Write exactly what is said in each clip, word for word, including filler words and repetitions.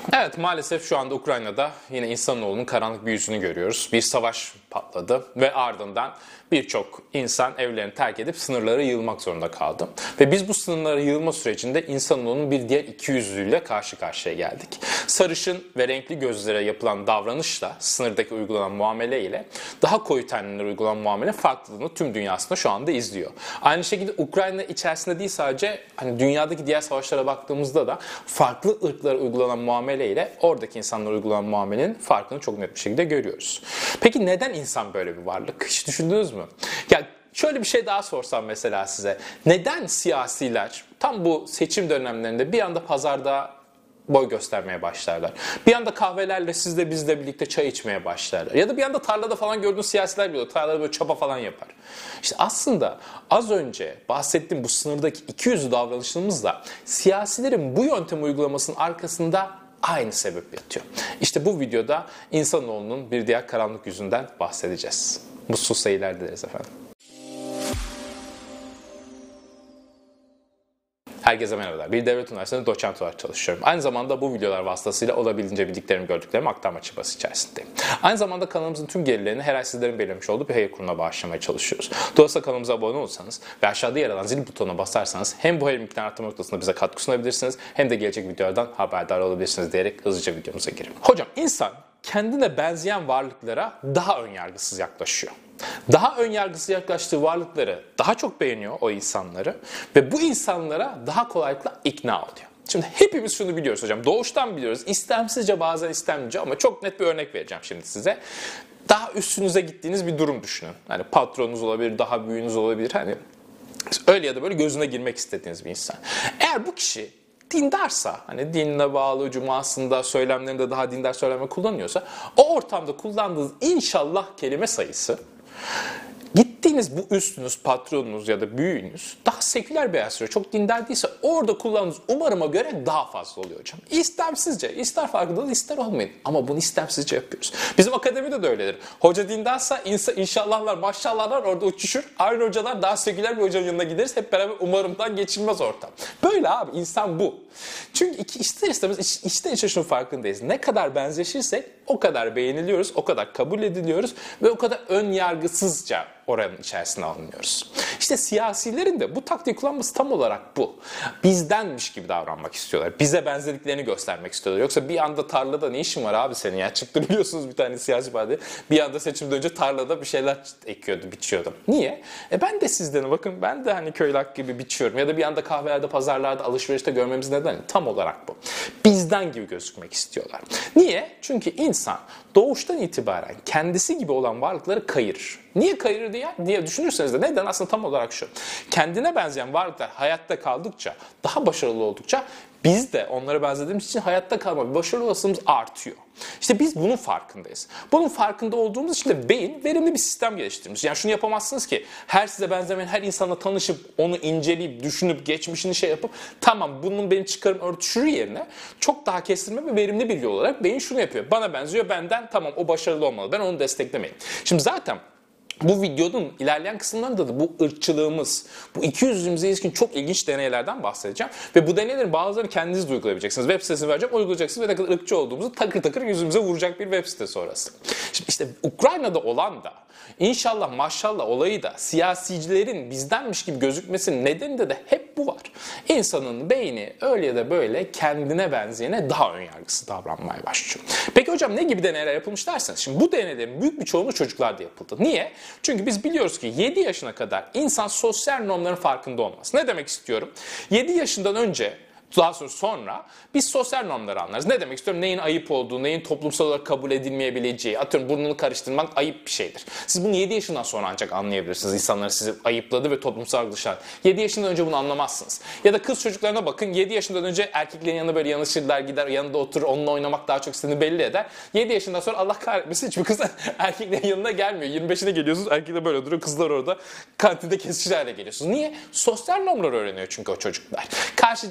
Evet, maalesef şu anda Ukrayna'da yine insanoğlunun karanlık bir yüzünü görüyoruz. Bir savaş patladı ve ardından birçok insan evlerini terk edip sınırlara yığılmak zorunda kaldı. Ve biz bu sınırlara yığılma sürecinde insanoğlunun bir diğer ikiyüzlülüğüyle karşı karşıya geldik. Sarışın ve renkli gözlere yapılan davranışla, sınırdaki uygulanan muamele ile daha koyu tenlilere uygulanan muamele farklılığını tüm dünyasında şu anda izliyor. Aynı şekilde Ukrayna içerisinde değil, sadece hani dünyadaki diğer savaşlara baktığımızda da farklı ırklara uygulanan muamele ile oradaki insanlara uygulanan muamelenin farkını çok net bir şekilde görüyoruz. Peki neden insan böyle bir varlık? Hiç düşündünüz mü? Ya şöyle bir şey daha sorsam mesela size. Neden siyasiler tam bu seçim dönemlerinde bir anda pazarda boy göstermeye başlarlar? Bir anda kahvelerle sizle bizle birlikte çay içmeye başlarlar. Ya da bir anda tarlada falan gördüğünüz siyasiler bile tarlada böyle çapa falan yapar. İşte aslında az önce bahsettiğim bu sınırdaki ikiyüzlü davranışımızla siyasilerin bu yöntemi uygulamasının arkasında aynı sebep yatıyor. İşte bu videoda insanoğlunun bir diğer karanlık yüzünden bahsedeceğiz. Mutsuz seyirler dileriz efendim. Herkese merhabalar. Bir devlet üniversitesinde doçent olarak çalışıyorum. Aynı zamanda bu videolar vasıtasıyla olabildiğince bildiklerimi, gördüklerimi aktarma çabası içerisindeyim. Aynı zamanda kanalımızın tüm gelirlerini her ay sizlerin belirlemiş olduğu bir hayır kurumuna bağışlamaya çalışıyoruz. Dolayısıyla kanalımıza abone olursanız ve aşağıda yer alan zil butonuna basarsanız hem bu hayır miktarını arttırma noktasında bize katkı sunabilirsiniz hem de gelecek videolardan haberdar olabilirsiniz diyerek hızlıca videomuza girelim. Hocam, insan kendine benzeyen varlıklara daha önyargısız yaklaşıyor. Daha önyargısız yaklaştığı varlıkları daha çok beğeniyor, o insanları, ve bu insanlara daha kolaylıkla ikna oluyor. Şimdi hepimiz şunu biliyoruz hocam, doğuştan biliyoruz, istemsizce bazen istemlice, ama çok net bir örnek vereceğim şimdi size. Daha üstünüze gittiğiniz bir durum düşünün. Hani patronunuz olabilir, daha büyüğünüz olabilir, hani öyle ya da böyle gözüne girmek istediğiniz bir insan. Eğer bu kişi dindarsa, hani dinle bağlı, cumasında, söylemlerinde daha dindar söylemler kullanıyorsa, o ortamda kullandığınız inşallah kelime sayısı, gittiğiniz bu üstünüz, patronunuz ya da büyüğünüz daha seküler bir hayat sürüyor, çok dindar değilse, orada kullandığınız umarıma göre daha fazla oluyor hocam. İstemsizce, ister farkında ister olmayın, ama bunu istemsizce yapıyoruz. Bizim akademide de öyledir. Hoca dindarsa inşallahlar, maşallahlar orada uçuşur. Aynı hocalar daha seküler bir hocanın yanına gideriz. Hep beraber umarımdan geçilmez ortam. Böyle abi, insan bu. Çünkü iki, ister istemez iç, içten içe şunun farkındayız. Ne kadar benzeşirsek o kadar beğeniliyoruz, o kadar kabul ediliyoruz ve o kadar ön yargısızca oranın içerisine alınıyoruz. İşte siyasilerin de bu taktiği kullanması tam olarak bu. Bizdenmiş gibi davranmak istiyorlar. Bize benzediklerini göstermek istiyorlar. Yoksa bir anda tarlada ne işin var abi senin ya? Çıktı biliyorsunuz bir tane siyasi parti. Bir anda seçimden önce tarlada bir şeyler ekiyordu, biçiyordu. Niye? E ben de sizdenim. Bakın ben de hani köylak gibi biçiyorum. Ya da bir anda kahvelerde, pazarlarda, alışverişte görmemiz neden? Tam olarak bu. Bizden gibi gözükmek istiyorlar. Niye? Çünkü insan doğuştan itibaren kendisi gibi olan varlıkları kayırır. Niye kayırır diye, diye düşünürseniz de neden? Aslında tam olarak şu. Kendine benzeyen varlıklar hayatta kaldıkça, daha başarılı oldukça biz de onlara benzediğimiz için hayatta kalma ve başarılı olasılığımız artıyor. İşte biz bunun farkındayız. Bunun farkında olduğumuz için de beyin verimli bir sistem geliştirmiş. Yani şunu yapamazsınız ki her size benzemeyen her insanla tanışıp onu inceleyip, düşünüp, geçmişini şey yapıp tamam bunun benim çıkarım örtüşür yerine çok daha kestirme ve verimli bir yol olarak beyin şunu yapıyor. Bana benziyor, benden tamam o başarılı olmalı. Ben onu desteklemeyeyim. Şimdi zaten bu videonun ilerleyen kısımlarında da bu ırkçılığımız, bu ikiyüzlülüğümüze ilişkin çok ilginç deneylerden bahsedeceğim. Ve bu deneylerin bazılarını kendiniz de uygulayabileceksiniz. Web sitesini vereceğim, uygulayacaksınız ve ne kadar ırkçı olduğumuzu takır takır yüzümüze vuracak bir web sitesi orası. Şimdi işte Ukrayna'da olan da, İnşallah maşallah olayı da siyasicilerin bizdenmiş gibi gözükmesinin nedeninde de hep bu var. İnsanın beyni öyle ya da böyle kendine benzeyene daha önyargısı davranmaya başlıyor. Peki hocam ne gibi deneyler yapılmış derseniz, şimdi bu deneylerin büyük bir çoğunluğu çocuklarda yapıldı. Niye? Çünkü biz biliyoruz ki yedi yaşına kadar insan sosyal normların farkında olmaz. Ne demek istiyorum? yedi yaşından önce, daha sonra sonra biz sosyal normları anlarız. Ne demek istiyorum? Neyin ayıp olduğu, neyin toplumsal olarak kabul edilmeyebileceği, atıyorum burnunu karıştırmak ayıp bir şeydir. Siz bunu yedi yaşından sonra ancak anlayabilirsiniz. İnsanlar sizi ayıpladı ve toplumsal dışarı. yedi yaşından önce bunu anlamazsınız. Ya da kız çocuklarına bakın, yedi yaşından önce erkeklerin yanına böyle yanaşırlar, gider yanında oturur, onunla oynamak daha çok istediğini belli eder. yedi yaşından sonra Allah kahretmesin hiçbir kız erkeklerin yanına gelmiyor. yirmi beşine geliyorsunuz, erkek de böyle duruyor, kızlar orada kantinde kesişir hale geliyorsunuz. Niye? Sosyal normları öğreniyor çünkü o çocuklar. Karşı cinsin kadın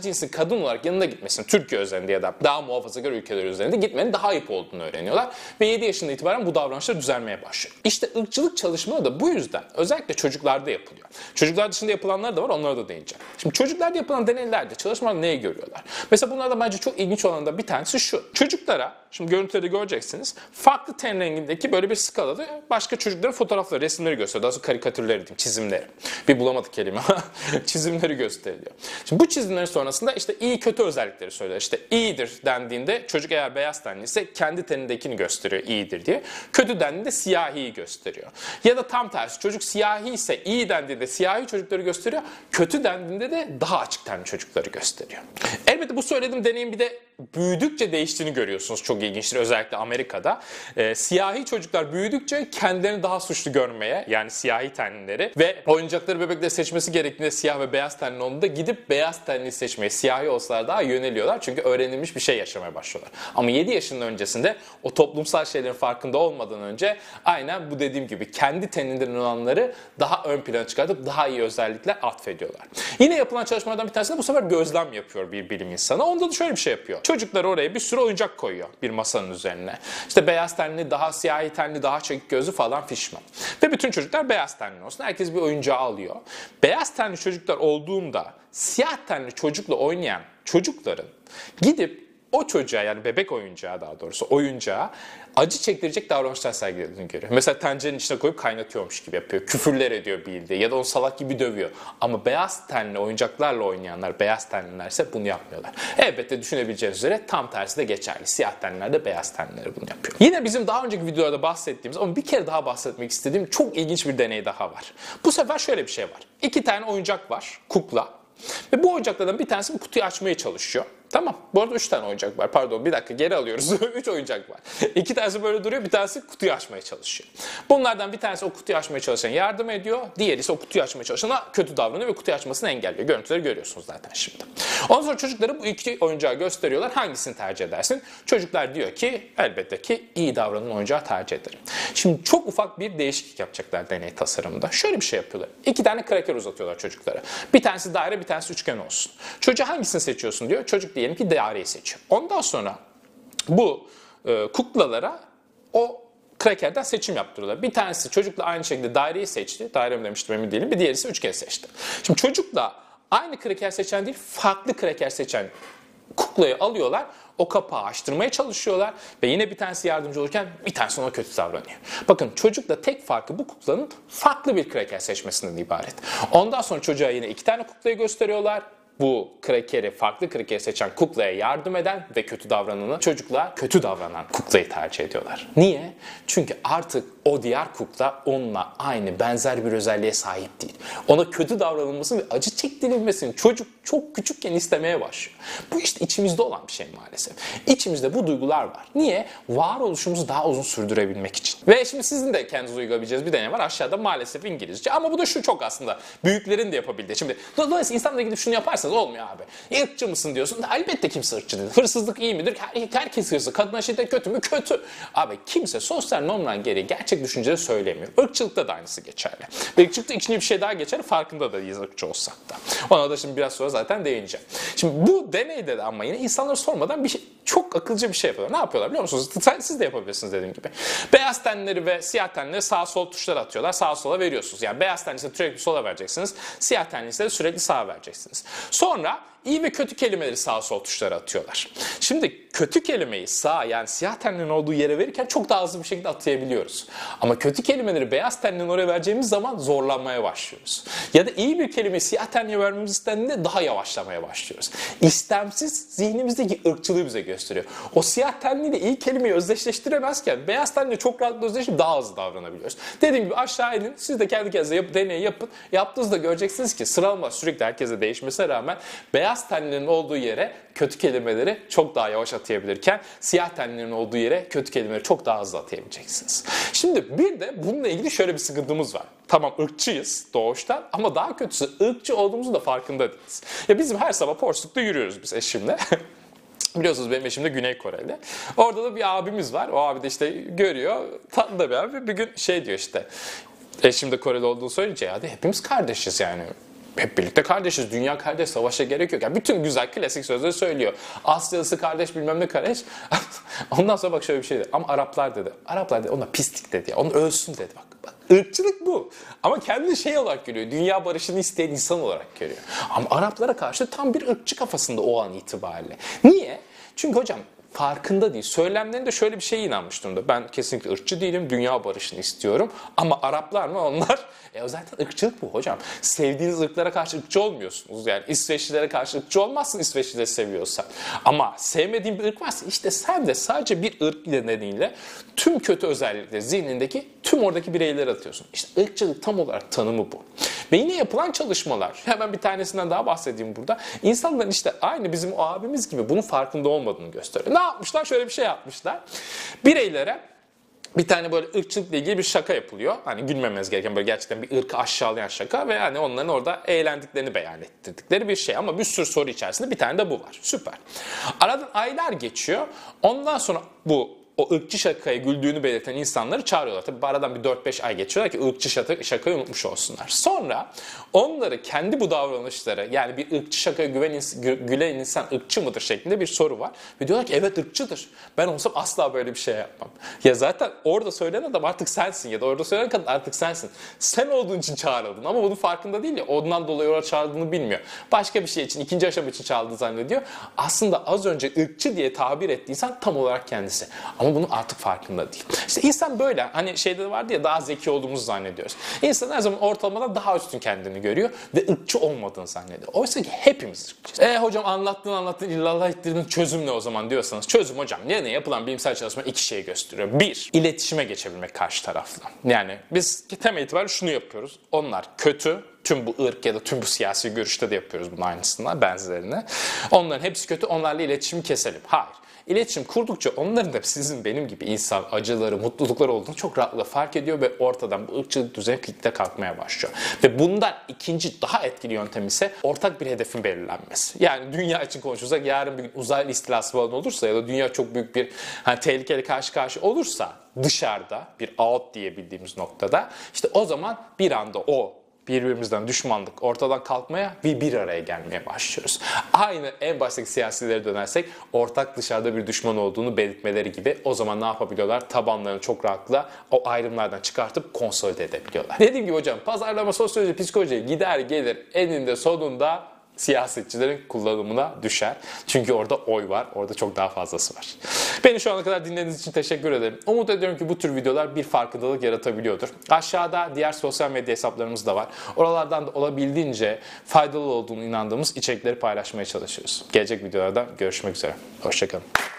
kadın olarak yanına gitmesinin Türkiye özelinde ya da daha muhafazakar ülkeler üzerinde gitmenin daha ayıp olduğunu öğreniyorlar. Ve yedi yaşından itibaren bu davranışlar düzelmeye başlıyor. İşte ırkçılık çalışmaları da bu yüzden özellikle çocuklarda yapılıyor. Çocuklar dışında yapılanlar da var, onlara da değineceğim. Şimdi çocuklarda yapılan deneylerde çalışmalar neyi görüyorlar? Mesela bunlardan bence çok ilginç olan da bir tanesi şu. Çocuklara, şimdi görüntüleri göreceksiniz, farklı ten rengindeki böyle bir skalada başka çocukların fotoğrafları, resimleri gösteriyor. Daha sonra karikatürleri diyeyim, çizimleri. Bir bulamadık kelime ama çizimleri gösteriliyor. Şimdi bu çizimlerin sonrasında işte iyi kötü özellikleri söylüyor. İşte iyidir dendiğinde çocuk eğer beyaz tenli ise kendi tenindekini gösteriyor iyidir diye. Kötü dendiğinde siyahiyi gösteriyor. Ya da tam tersi, çocuk siyahi ise iyi dendiğinde siyahi çocukları gösteriyor. Kötü dendiğinde de daha açık tenli çocukları gösteriyor. Elbette bu söylediğim deneyin bir de büyüdükçe değiştiğini görüyorsunuz. Çok ilginçtir, özellikle Amerika'da. E, siyahi çocuklar büyüdükçe kendilerini daha suçlu görmeye, yani siyahi tenlileri ve oyuncakları bebekleri seçmesi gerektiğinde siyah ve beyaz tenli olduğunda gidip beyaz tenli seçmeye, siyahi olsalar daha yöneliyorlar. Çünkü öğrenilmiş bir şey yaşamaya başlıyorlar. Ama yedi yaşının öncesinde o toplumsal şeylerin farkında olmadan önce aynen bu dediğim gibi kendi teninden olanları daha ön plana çıkartıp daha iyi özellikler atfediyorlar. Yine yapılan çalışmalardan bir tanesi de bu sefer gözlem yapıyor bir bilim insanı. Onda da şöyle bir şey yapıyor. Çocuklar oraya bir sürü oyuncak koyuyor bir masanın üzerine. İşte beyaz tenli, daha siyahi tenli, daha çekik gözlü falan fişman. Ve bütün çocuklar beyaz tenli olsun. Herkes bir oyuncağı alıyor. Beyaz tenli çocuklar olduğunda siyah tenli çocukla oynayan çocukların gidip o çocuğa, yani bebek oyuncağı daha doğrusu oyuncağa acı çektirecek davranışlar sergilediğini görüyor. Mesela tencerenin içine koyup kaynatıyormuş gibi yapıyor. Küfürler ediyor bildiği ya da onu salak gibi dövüyor. Ama beyaz tenli oyuncaklarla oynayanlar, beyaz tenlilerse bunu yapmıyorlar. Elbette düşünebileceğiniz üzere tam tersi de geçerli. Siyah tenliler de beyaz tenlileri bunu yapıyor. Yine bizim daha önceki videolarda bahsettiğimiz ama bir kere daha bahsetmek istediğim çok ilginç bir deney daha var. Bu sefer şöyle bir şey var. İki tane oyuncak var, kukla. Ve bu oyuncaklardan bir tanesi bu kutuyu açmaya çalışıyor. Tamam. Bu arada üç tane oyuncak var. Pardon, bir dakika geri alıyoruz. üç oyuncak var. İki tanesi böyle duruyor, bir tanesi kutuyu açmaya çalışıyor. Bunlardan bir tanesi o kutuyu açmaya çalışan yardım ediyor. Diğeri ise o kutuyu açmaya çalışana kötü davranıyor ve kutuyu açmasını engelliyor. Görüntüleri görüyorsunuz zaten şimdi. Ondan sonra çocuklara bu iki oyuncağı gösteriyorlar. Hangisini tercih edersin? Çocuklar diyor ki elbette ki iyi davranan oyuncağı tercih ederim. Şimdi çok ufak bir değişiklik yapacaklar deney tasarımında. Şöyle bir şey yapıyorlar. İki tane kraker uzatıyorlar çocuklara. Bir tanesi daire, bir tanesi üçgen olsun. Çocuğa hangisini seçiyorsun diyor. Çocuk diyelim ki daireyi seçiyor. Ondan sonra bu e, kuklalara o krakerden seçim yaptırıyorlar. Bir tanesi çocukla aynı şekilde daireyi seçti. Daire mi demiştim emin değilim. Bir diğeri ise üçgen seçti. Şimdi çocukla aynı kraker seçen değil, farklı kraker seçen kuklayı alıyorlar. O kapağı açtırmaya çalışıyorlar ve yine bir tanesi yardımcı olurken bir tanesi ona kötü davranıyor. Bakın çocukla tek farkı bu kuklanın farklı bir kraker seçmesinden ibaret. Ondan sonra çocuğa yine iki tane kuklayı gösteriyorlar. Bu krakeri, farklı krakeri seçen kuklaya yardım eden ve kötü davrananı, çocuklar kötü davranan kuklayı tercih ediyorlar. Niye? Çünkü artık o diğer kukla onunla aynı, benzer bir özelliğe sahip değil. Ona kötü davranılmasını ve acı çektirilmesini çocuk çok küçükken istemeye başlıyor. Bu işte içimizde olan bir şey maalesef. İçimizde bu duygular var. Niye? Varoluşumuzu daha uzun sürdürebilmek için. Ve şimdi sizin de kendiniz uygulayabileceğiniz bir deney var. Aşağıda maalesef İngilizce. Ama bu da şu çok aslında. Büyüklerin de yapabildiği. Şimdi dolayısıyla insanlara gidip şunu yaparsanız olmuyor abi. Irkçı mısın diyorsun. Elbette kimse ırkçı değil. Hırsızlık iyi midir? Her, herkes hırsız. Kadına şiddet kötü mü? Kötü. Abi kimse sosyal normdan geri gerçek düşünceleri söylemiyor. Irkçılıkta da aynısı geçerli. Ve ırkçılıkta ikinci bir şey daha geçerli. Farkında da değiliz ırkçı olsak da. Ona da şimdi biraz sonra zaten değineceğim. Şimdi bu deneyde de ama yine insanlara sormadan bir şey, çok akılcı bir şey yapıyorlar. Ne yapıyorlar biliyor musunuz? Siz de yapabilirsiniz dediğim gibi. Beyaz tenleri ve siyah tenleri sağ sol tuşlar atıyorlar. Sağa sola veriyorsunuz. Yani beyaz tenlisi sürekli sola vereceksiniz. Siyah tenlisi de sürekli sağa vereceksiniz. Sonra iyi ve kötü kelimeleri sağ sol tuşlara atıyorlar. Şimdi kötü kelimeyi sağ, yani siyah tenlinin olduğu yere verirken çok daha hızlı bir şekilde atayabiliyoruz. Ama kötü kelimeleri beyaz tenlinin oraya vereceğimiz zaman zorlanmaya başlıyoruz. Ya da iyi bir kelimeyi siyah tenliye vermemiz istendiğinde daha yavaşlamaya başlıyoruz. İstemsiz zihnimizdeki ırkçılığı bize gösteriyor. O siyah tenliyle iyi kelimeyi özdeşleştiremezken beyaz tenliyle çok rahatlıkla özdeşleştirip daha hızlı davranabiliyoruz. Dediğim gibi aşağı inin, siz de kendi kendinize yap, deney yapın. Yaptığınızda göreceksiniz ki sıralama sürekli herkese değişmesine rağmen beyaz tenlilerin olduğu yere kötü kelimeleri çok daha yavaş atayabilirken siyah tenlilerin olduğu yere kötü kelimeleri çok daha hızlı atayabileceksiniz. Şimdi bir de bununla ilgili şöyle bir sıkıntımız var. Tamam ırkçıyız doğuştan ama daha kötüsü ırkçı olduğumuzun da farkında değiliz. Ya bizim her sabah Porsuk'ta yürüyoruz biz eşimle. Biliyorsunuz benim eşim de Güney Koreli. Orada da bir abimiz var. O abi de işte görüyor. Tatlı da bir abi. Bir gün şey diyor işte. Eşim de Koreli olduğunu söyleyince ya de hepimiz kardeşiz yani. hep birlikte kardeşiz. Dünya kardeş, savaşa gerek yok. Yani bütün güzel klasik sözleri söylüyor. Asyalısı kardeş, bilmem ne kardeş. Ondan sonra bak şöyle bir şey dedi. Ama Araplar dedi. Araplar dedi. Ona pislik dedi ya. Onu ölsün dedi bak. Bak, ırkçılık bu. Ama kendini şey olarak görüyor. Dünya barışını isteyen insan olarak görüyor. Ama Araplara karşı tam bir ırkçı kafasında o an itibariyle. Niye? Çünkü hocam farkında değil. Söylemlerinde şöyle bir şeye inanmış durumda. Ben kesinlikle ırkçı değilim. Dünya barışını istiyorum. Ama Araplar mı? Onlar. E o zaten ırkçılık bu hocam. Sevdiğiniz ırklara karşı ırkçı olmuyorsunuz. Yani İsveçlilere karşı ırkçı olmazsın İsveçlileri seviyorsan. Ama sevmediğin bir ırk varsa işte sen de sadece bir ırk nedeniyle tüm kötü özellikleri zihnindeki tüm oradaki bireyleri atıyorsun. İşte ırkçılık tam olarak tanımı bu. Ve yine yapılan çalışmalar, hemen bir tanesinden daha bahsedeyim burada. İnsanların işte aynı bizim o abimiz gibi bunun farkında olmadığını gösteriyor. Ne yapmışlar? Şöyle bir şey yapmışlar. Bireylere bir tane böyle ırkçılıkla ilgili bir şaka yapılıyor. Hani gülmemez gereken böyle gerçekten bir ırkı aşağılayan şaka ve hani onların orada eğlendiklerini beyan ettirdikleri bir şey. Ama bir sürü soru içerisinde bir tane de bu var. Süper. Aradan aylar geçiyor. Ondan sonra bu o ırkçı şakaya güldüğünü belirten insanları çağırıyorlar. Tabii aradan bir dört beş ay geçiyorlar ki ırkçı şaka, şakayı unutmuş olsunlar. Sonra onları kendi bu davranışları, yani bir ırkçı şakaya güven, gülen insan ırkçı mıdır şeklinde bir soru var. Ve diyorlar ki evet ırkçıdır. Ben olsam asla böyle bir şey yapmam. Ya zaten orada söylenen adam artık sensin ya da orada söylenen kadın artık sensin. Sen olduğun için çağrıldın ama bunun farkında değil ya. Ondan dolayı oraya çağrıldığını bilmiyor. Başka bir şey için, ikinci aşama için çağrıldığını zannediyor. Aslında az önce ırkçı diye tabir ettiği insan tam olarak kendisi. Ama bunun artık farkında değil. İşte insan böyle. Hani şeyde vardı ya, daha zeki olduğumuzu zannediyoruz. İnsan her zaman ortalamadan daha üstün kendini görüyor ve ırkçı olmadığını zannediyor. Oysa ki hepimiz ırkçıyız. E hocam anlattın anlattın illallah ettirdin, çözüm ne o zaman diyorsanız. Çözüm hocam ne ne yapılan bilimsel çalışma iki şeyi gösteriyor. Bir, iletişime geçebilmek karşı tarafla. Yani biz temel itibariyle şunu yapıyoruz. Onlar kötü. Tüm bu ırk ya da tüm bu siyasi görüşte de yapıyoruz bunun aynısından, benzerini. Onların hepsi kötü, onlarla iletişimi keselim. Hayır. İletişim kurdukça onların da sizin benim gibi insan acıları, mutlulukları olduğunu çok rahatlıkla fark ediyor ve ortadan bu ırkçılık düzeni kitle kalkmaya başlıyor. Ve bundan ikinci daha etkili yöntem ise ortak bir hedefin belirlenmesi. Yani dünya için konuşursak yarın bir gün uzaylı istilası falan olursa ya da dünya çok büyük bir hani, tehlikeli karşı karşı olursa dışarıda bir out diye bildiğimiz noktada işte o zaman bir anda o birbirimizden düşmanlık ortadan kalkmaya ve bir araya gelmeye başlıyoruz. Aynı en baştaki siyasilere dönersek ortak dışarıda bir düşman olduğunu belirtmeleri gibi o zaman ne yapabiliyorlar? Tabanlarını çok rahatlıkla o ayrımlardan çıkartıp konsolide edebiliyorlar. Dediğim gibi hocam pazarlama, sosyoloji, psikoloji gider gelir eninde sonunda siyasetçilerin kullanımına düşer. Çünkü orada oy var. Orada çok daha fazlası var. Beni şu ana kadar dinlediğiniz için teşekkür ederim. Umut ediyorum ki bu tür videolar bir farkındalık yaratabiliyordur. Aşağıda diğer sosyal medya hesaplarımız da var. Oralardan da olabildiğince faydalı olduğunu inandığımız içerikleri paylaşmaya çalışıyoruz. Gelecek videolarda görüşmek üzere. Hoşçakalın.